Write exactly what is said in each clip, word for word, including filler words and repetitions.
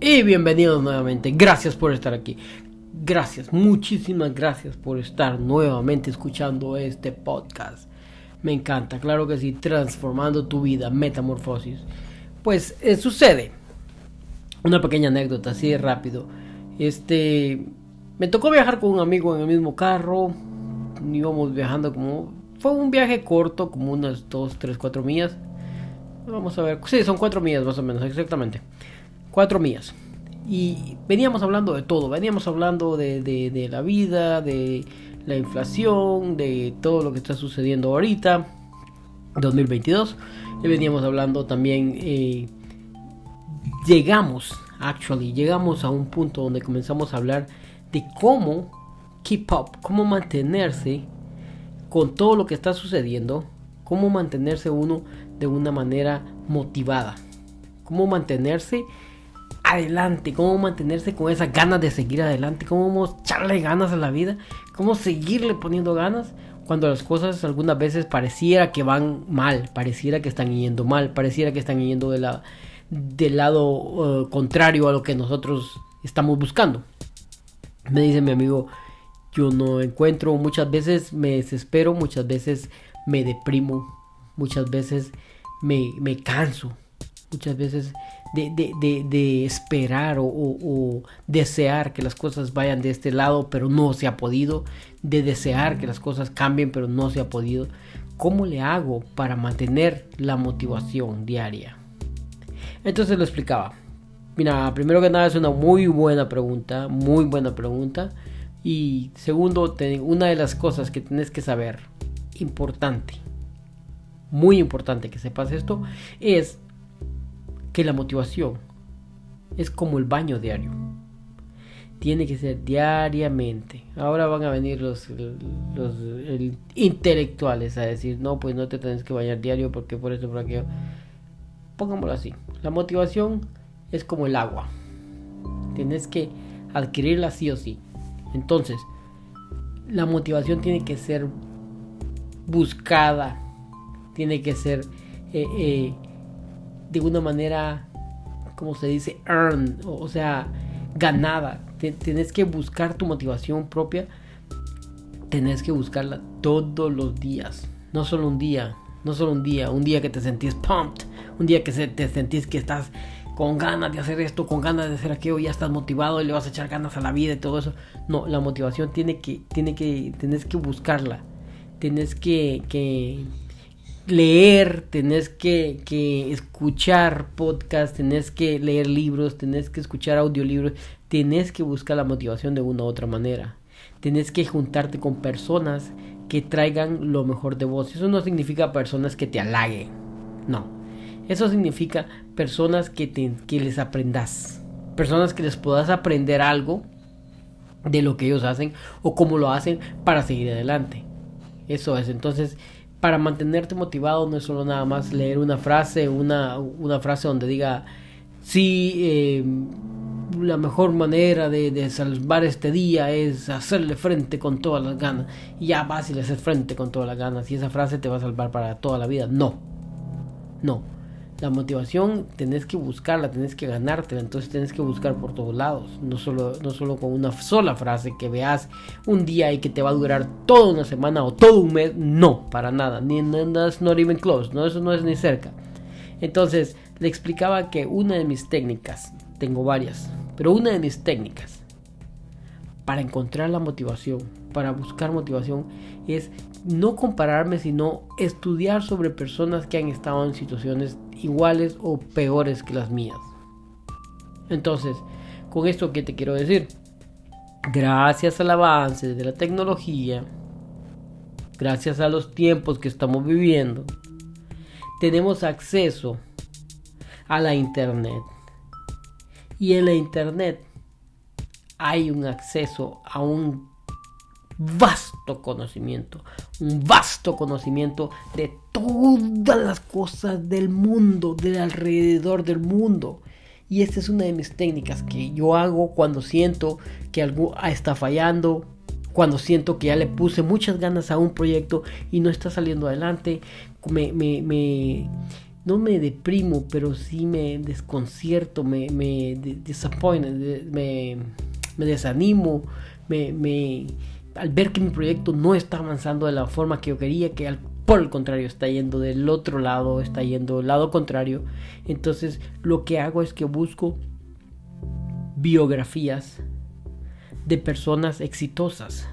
Y bienvenidos nuevamente. Gracias por estar aquí. Gracias, muchísimas gracias por estar nuevamente escuchando este podcast. Me encanta, claro que sí, transformando tu vida, metamorfosis. Pues eh, sucede. Una pequeña anécdota, así de rápido. Este, me tocó viajar con un amigo en el mismo carro. Íbamos viajando como, fue un viaje corto, como unas dos, tres, cuatro millas. Vamos a ver, sí, son cuatro millas más o menos, exactamente. Cuatro millas. Y veníamos hablando de todo. Veníamos hablando de, de, de la vida, de la inflación, de todo lo que está sucediendo ahorita, dos mil veintidós. Y veníamos hablando también, eh, llegamos, actually, llegamos a un punto donde comenzamos a hablar de cómo keep up, cómo mantenerse con todo lo que está sucediendo, cómo mantenerse uno de una manera motivada, cómo mantenerse adelante, cómo mantenerse con esas ganas de seguir adelante, cómo echarle ganas a la vida, cómo seguirle poniendo ganas cuando las cosas algunas veces pareciera que van mal, pareciera que están yendo mal, pareciera que están yendo de la, del lado uh, contrario a lo que nosotros estamos buscando. Me dice mi amigo, yo no encuentro, muchas veces me desespero, muchas veces me deprimo, muchas veces me, me canso, muchas veces de, de, de, de esperar o, o, o desear que las cosas vayan de este lado, pero no se ha podido, de desear que las cosas cambien, pero no se ha podido. ¿Cómo le hago para mantener la motivación diaria? Entonces lo explicaba. Mira, primero que nada es una muy buena pregunta, muy buena pregunta. Y segundo, te, una de las cosas que tienes que saber, importante, muy importante que sepas esto, es que la motivación es como el baño diario. Tiene que ser diariamente. Ahora van a venir los, los el, intelectuales a decir, no, pues no te tienes que bañar diario porque por esto, por aquello. Pongámoslo así. La motivación es como el agua. Tienes que adquirirla sí o sí. Entonces, la motivación tiene que ser buscada. Tiene que ser eh, eh, de una manera, como se dice, earn, o sea, ganada. Tienes que buscar tu motivación propia. Tienes que buscarla todos los días. No solo un día, no solo un día. Un día que te sentís pumped, un día que se, te sentís que estás con ganas de hacer esto, con ganas de hacer aquello, ya estás motivado y le vas a echar ganas a la vida y todo eso. No, la motivación tiene que, tiene que, tienes que buscarla. Tienes que, que leer, tenés que, que escuchar podcasts, tenés que leer libros, tenés que escuchar audiolibros, tenés que buscar la motivación de una u otra manera. Tenés que juntarte con personas que traigan lo mejor de vos. Eso no significa personas que te halaguen, no. Eso significa personas que, te, que les aprendas, personas que les puedas aprender algo de lo que ellos hacen o cómo lo hacen para seguir adelante. Eso es, entonces, para mantenerte motivado no es solo nada más leer una frase, una, una frase donde diga, sí, eh, la mejor manera de, de salvar este día es hacerle frente con todas las ganas. Y ya vas y le haces frente con todas las ganas y esa frase te va a salvar para toda la vida. No, no. La motivación tenés que buscarla, tenés que ganártela, entonces tenés que buscar por todos lados, no solo, no solo con una sola frase que veas un día y que te va a durar toda una semana o todo un mes, no, para nada, ni that's not even close, no, eso no es ni cerca. Entonces le explicaba que una de mis técnicas, tengo varias, pero una de mis técnicas para encontrar la motivación, para buscar motivación, es no compararme, sino estudiar sobre personas que han estado en situaciones iguales o peores que las mías. Entonces, con esto, ¿qué te quiero decir? Gracias al avance de la tecnología, gracias a los tiempos que estamos viviendo, tenemos acceso a la internet. Y en la internet hay un acceso a un vasto conocimiento, un vasto conocimiento de todas las cosas del mundo, de alrededor del mundo. Y esta es una de mis técnicas que yo hago cuando siento que algo está fallando, cuando siento que ya le puse muchas ganas a un proyecto y no está saliendo adelante. Me, me, me, no me deprimo, pero sí me desconcierto, me, me disappoint, me, me desanimo, me, me, al ver que mi proyecto no está avanzando de la forma que yo quería, que al, por el contrario está yendo del otro lado, está yendo del lado contrario. Entonces lo que hago es que busco biografías de personas exitosas,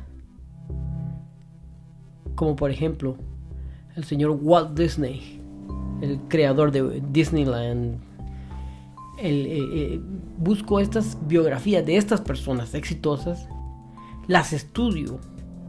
como por ejemplo el señor Walt Disney, el creador de Disneyland. El, eh, eh, busco estas biografías de estas personas exitosas, las estudio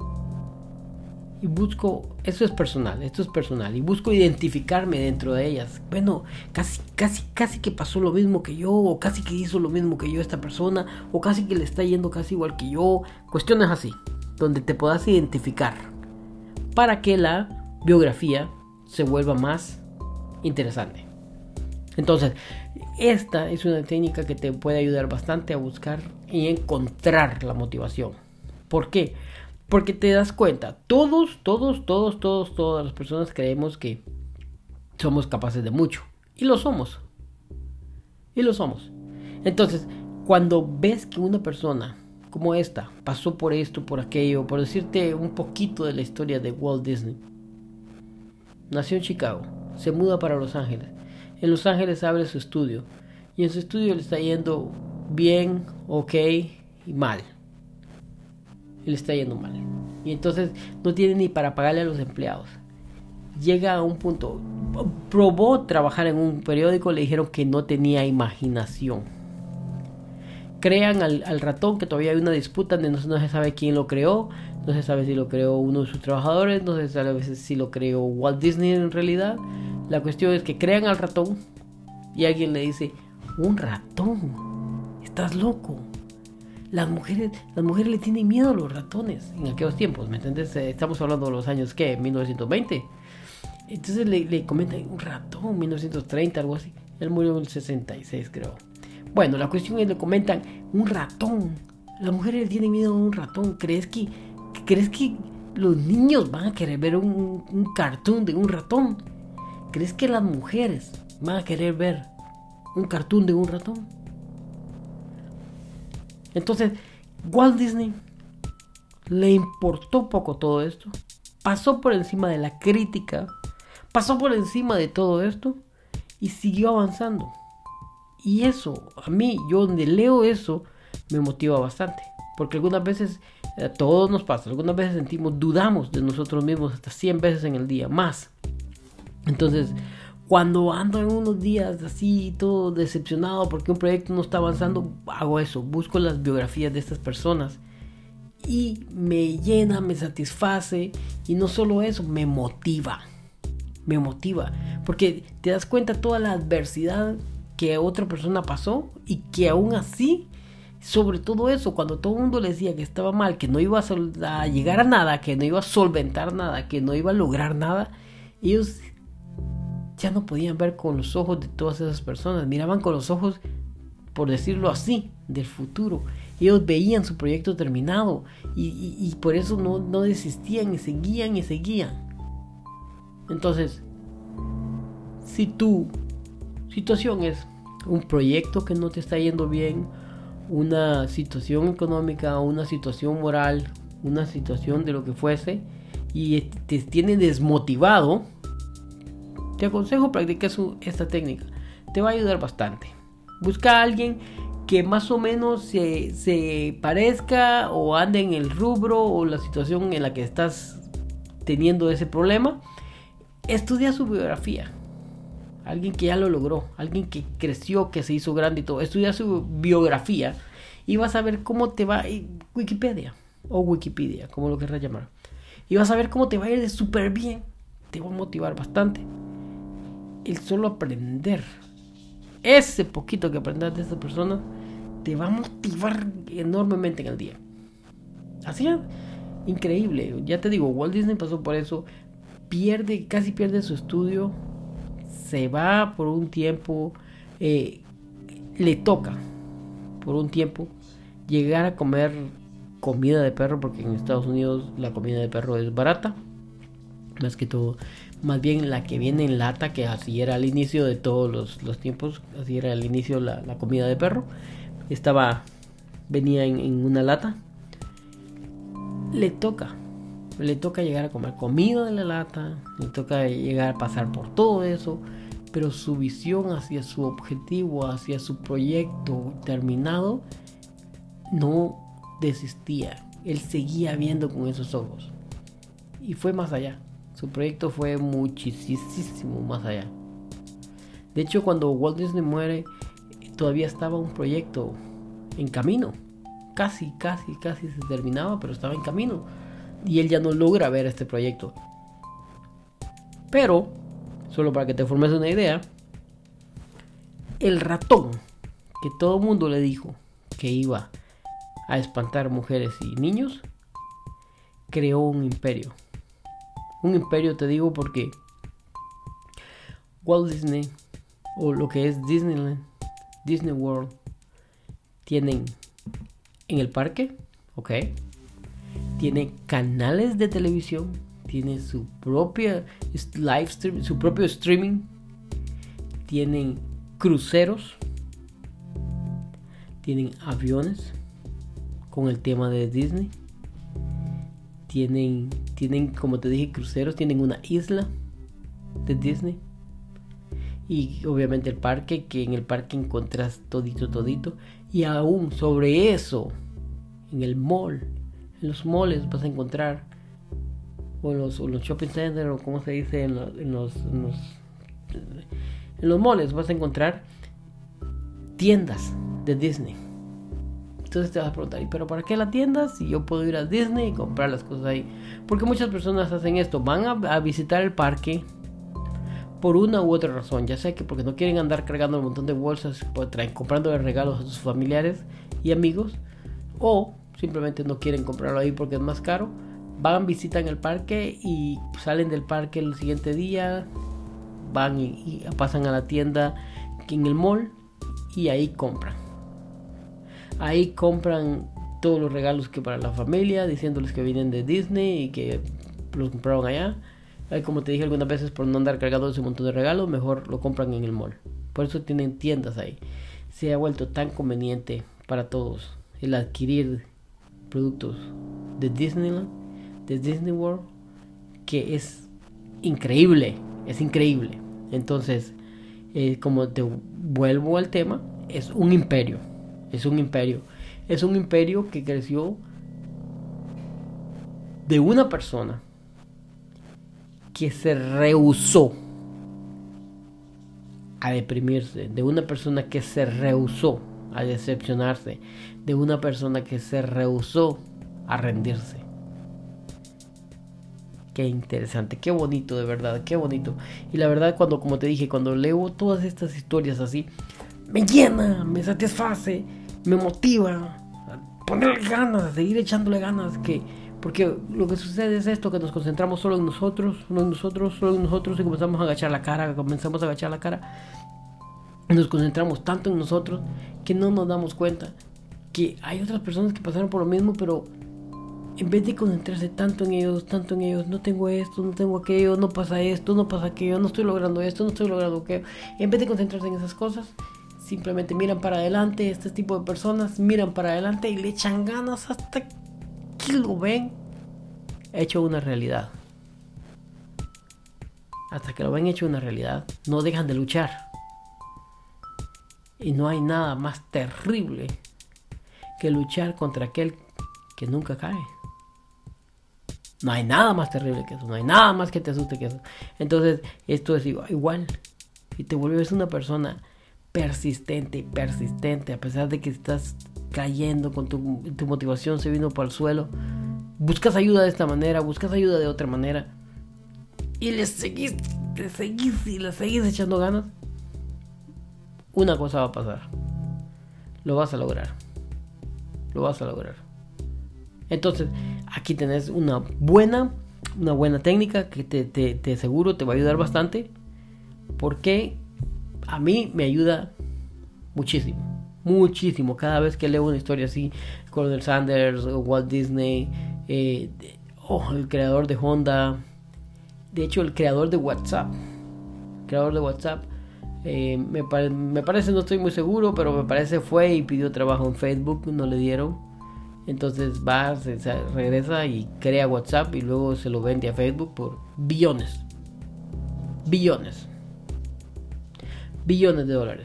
y busco, eso es personal, esto es personal, y busco identificarme dentro de ellas. Bueno, casi, casi, casi que pasó lo mismo que yo, o casi que hizo lo mismo que yo esta persona, o casi que le está yendo casi igual que yo. Cuestiones así, donde te puedas identificar, para que la biografía se vuelva más interesante. Entonces, esta es una técnica que te puede ayudar bastante a buscar y encontrar la motivación. ¿Por qué? Porque te das cuenta, todos, todos, todos, todos, todas las personas creemos que somos capaces de mucho. Y lo somos. Y lo somos. Entonces, cuando ves que una persona como esta pasó por esto, por aquello, por decirte un poquito de la historia de Walt Disney. Nació en Chicago, se muda para Los Ángeles. En Los Ángeles abre su estudio. Y en su estudio le está yendo bien, ok y mal. Le está yendo mal. Y entonces no tiene ni para pagarle a los empleados. Llega a un punto. Probó trabajar en un periódico, le dijeron que no tenía imaginación. Crean al, al ratón, que todavía hay una disputa donde no, no se sabe quién lo creó. No se sabe si lo creó uno de sus trabajadores, no se sabe si lo creó Walt Disney en realidad. La cuestión es que crean al ratón y alguien le dice: un ratón, estás loco. Las mujeres, las mujeres le tienen miedo a los ratones en aquellos tiempos, ¿me entiendes? Estamos hablando de los años, ¿qué? mil novecientos veinte. Entonces le, le comentan: un ratón, mil novecientos treinta, algo así. Él murió en el sesenta y seis, creo. Bueno, la cuestión es, le comentan: un ratón. Las mujeres le tienen miedo a un ratón. ¿Crees que, crees que los niños van a querer ver un, un cartoon de un ratón? ¿Crees que las mujeres van a querer ver un cartoon de un ratón? Entonces, Walt Disney le importó poco todo esto. Pasó por encima de la crítica. Pasó por encima de todo esto y siguió avanzando. Y eso, a mí, yo donde leo eso, me motiva bastante. Porque algunas veces, a todos nos pasa, algunas veces sentimos, dudamos de nosotros mismos hasta cien veces en el día, más. Entonces, cuando ando en unos días así, todo decepcionado porque un proyecto no está avanzando, hago eso, busco las biografías de estas personas. Y me llena, me satisface. Y no solo eso, me motiva. Me motiva. Porque te das cuenta toda la adversidad que otra persona pasó y que aún así, sobre todo eso, cuando todo el mundo le decía que estaba mal, que no iba a, sol- a llegar a nada, que no iba a solventar nada, que no iba a lograr nada, ellos ya no podían ver con los ojos de todas esas personas, miraban con los ojos, por decirlo así, del futuro. Ellos veían su proyecto terminado y, y, y por eso no, no desistían y seguían y seguían. Entonces, si tu situación es un proyecto que no te está yendo bien, una situación económica, una situación moral, una situación de lo que fuese, y te tiene desmotivado, te aconsejo practicar su, esta técnica. Te va a ayudar bastante. Busca a alguien que más o menos se, se parezca o ande en el rubro o la situación en la que estás teniendo ese problema. Estudia su biografía. Alguien que ya lo logró, alguien que creció, que se hizo grande y todo. Estudia su biografía y vas a ver cómo te va. Wikipedia o Wikipedia, como lo querrás llamar. Y vas a ver cómo te va a ir de súper bien. Te va a motivar bastante. El solo aprender, ese poquito que aprendas de esta persona, te va a motivar enormemente en el día. Así es, increíble. Ya te digo, Walt Disney pasó por eso. Pierde, casi pierde su estudio. Se va por un tiempo. Eh, le toca por un tiempo llegar a comer comida de perro, porque en Estados Unidos la comida de perro es barata. más que todo. Más bien la que viene en lata, que así era al inicio de todos los, los tiempos, así era al inicio la, la comida de perro. Estaba, venía en, en una lata. Le toca, le toca llegar a comer comida de la lata, le toca llegar a pasar por todo eso, pero su visión hacia su objetivo, hacia su proyecto terminado, no desistía. Él seguía viendo con esos ojos y fue más allá. Su proyecto fue muchísimo más allá. De hecho, cuando Walt Disney muere, todavía estaba un proyecto en camino. Casi, casi, casi se terminaba, pero estaba en camino. Y él ya no logra ver este proyecto. Pero, solo para que te formes una idea, el ratón que todo el mundo le dijo que iba a espantar mujeres y niños, creó un imperio. Un imperio, te digo, porque Walt Disney, o lo que es Disneyland, Disney World, tienen en el parque, ok, tiene canales de televisión, tiene su propia live stream, su propio streaming, tienen cruceros, tienen aviones con el tema de Disney, tienen, tienen como te dije, cruceros, tienen una isla de Disney. Y obviamente el parque, que en el parque encuentras todito, todito. Y aún sobre eso, en el mall, en los malls vas a encontrar, o en los, o los shopping centers, o como se dice, en, lo, en, los, en, los, en los malls vas a encontrar tiendas de Disney. Entonces te vas a preguntar, ¿pero para qué la tienda si yo puedo ir a Disney y comprar las cosas ahí? Porque muchas personas hacen esto, van a, a visitar el parque por una u otra razón, ya sea que porque no quieren andar cargando un montón de bolsas, traen, comprando regalos a sus familiares y amigos, o simplemente no quieren comprarlo ahí porque es más caro. Van, visitan el parque y salen del parque el siguiente día, van y, y pasan a la tienda en el mall y ahí compran. Ahí compran todos los regalos que para la familia, diciéndoles que vienen de Disney y que los compraron allá. Ahí, como te dije algunas veces, por no andar cargando ese montón de regalos, mejor lo compran en el mall. Por eso tienen tiendas ahí. Se ha vuelto tan conveniente para todos el adquirir productos de Disneyland, de Disney World, que es increíble, es increíble. Entonces, eh, como te vuelvo al tema, es un imperio. Es un imperio. Es un imperio que creció de una persona que se rehusó a deprimirse, de una persona que se rehusó a decepcionarse, de una persona que se rehusó a rendirse. Qué interesante, qué bonito, de verdad, qué bonito. Y la verdad, cuando, como te dije, cuando leo todas estas historias así, me llena, me satisface, me motiva a ponerle ganas, a seguir echándole ganas, que porque lo que sucede es esto, que nos concentramos solo en nosotros, solo en nosotros, solo en nosotros, y comenzamos a agachar la cara, comenzamos a agachar la cara, y nos concentramos tanto en nosotros que no nos damos cuenta que hay otras personas que pasaron por lo mismo, pero en vez de concentrarse tanto en ellos, tanto en ellos, no tengo esto, no tengo aquello, no pasa esto, no pasa aquello, no estoy logrando esto, no estoy logrando aquello, en vez de concentrarse en esas cosas, simplemente miran para adelante. Este tipo de personas miran para adelante y le echan ganas hasta que lo ven hecho una realidad. Hasta que lo ven hecho una realidad, no dejan de luchar. Y no hay nada más terrible que luchar contra aquel que nunca cae. No hay nada más terrible que eso, no hay nada más que te asuste que eso. Entonces, esto es igual. Si te vuelves una persona persistente, persistente, a pesar de que estás cayendo con tu, tu motivación se vino para el suelo, buscas ayuda de esta manera, buscas ayuda de otra manera, y le seguís, le seguís y le seguís echando ganas, una cosa va a pasar. Lo vas a lograr. Lo vas a lograr. Entonces, aquí tenés una buena, una buena técnica que te, te, te aseguro te va a ayudar bastante, porque a mí me ayuda muchísimo, muchísimo. Cada vez que leo una historia así, Colonel Sanders, Walt Disney, eh, oh, el creador de Honda, de hecho el creador de WhatsApp, creador de WhatsApp, eh, me, pare, me parece, no estoy muy seguro, pero me parece fue y pidió trabajo en Facebook, no le dieron. Entonces va, se, se regresa y crea WhatsApp y luego se lo vende a Facebook por billones, billones, billones de dólares.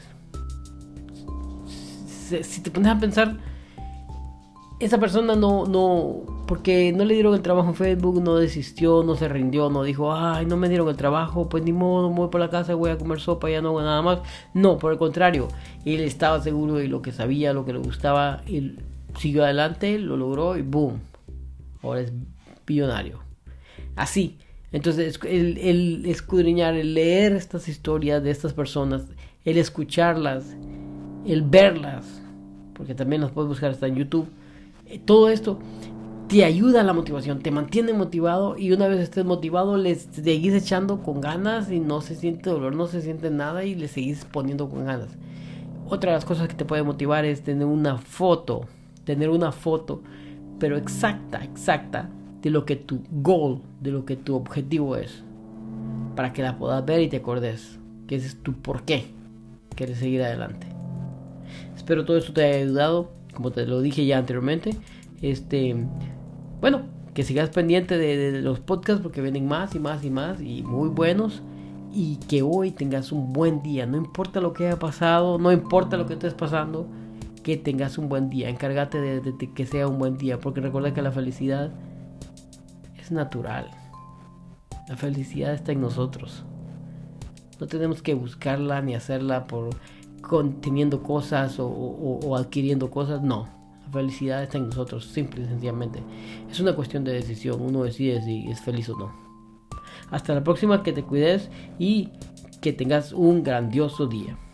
Si, si te pones a pensar, esa persona no, no, porque no le dieron el trabajo en Facebook, no desistió, no se rindió, no dijo, ay, no me dieron el trabajo, pues ni modo, me voy por la casa, voy a comer sopa, ya no hago nada más. No, por el contrario, él estaba seguro de lo que sabía, lo que le gustaba, él siguió adelante, lo logró y boom, ahora es billonario. Así, entonces el, el escudriñar, el leer estas historias de estas personas, el escucharlas, el verlas, porque también las puedes buscar hasta en YouTube, todo esto te ayuda a la motivación, te mantiene motivado, y una vez estés motivado les seguís echando con ganas y no se siente dolor, no se siente nada y le seguís poniendo con ganas. Otra de las cosas que te puede motivar es tener una foto, tener una foto, pero exacta, exacta, de lo que tu goal, de lo que tu objetivo es, para que la puedas ver y te acordes que ese es tu por qué quieres seguir adelante. Espero todo esto te haya ayudado, como te lo dije ya anteriormente. Este, bueno, que sigas pendiente de, de, de los podcasts, porque vienen más y más y más y muy buenos. Y que hoy tengas un buen día, no importa lo que haya pasado, no importa lo que estés pasando, que tengas un buen día. Encárgate de, de, de que sea un buen día, porque recuerda que la felicidad es natural. La felicidad está en nosotros. No tenemos que buscarla ni hacerla por con, teniendo cosas o, o, o adquiriendo cosas. No, la felicidad está en nosotros, simple y sencillamente. Es una cuestión de decisión. Uno decide si es feliz o no. Hasta la próxima, que te cuides y que tengas un grandioso día.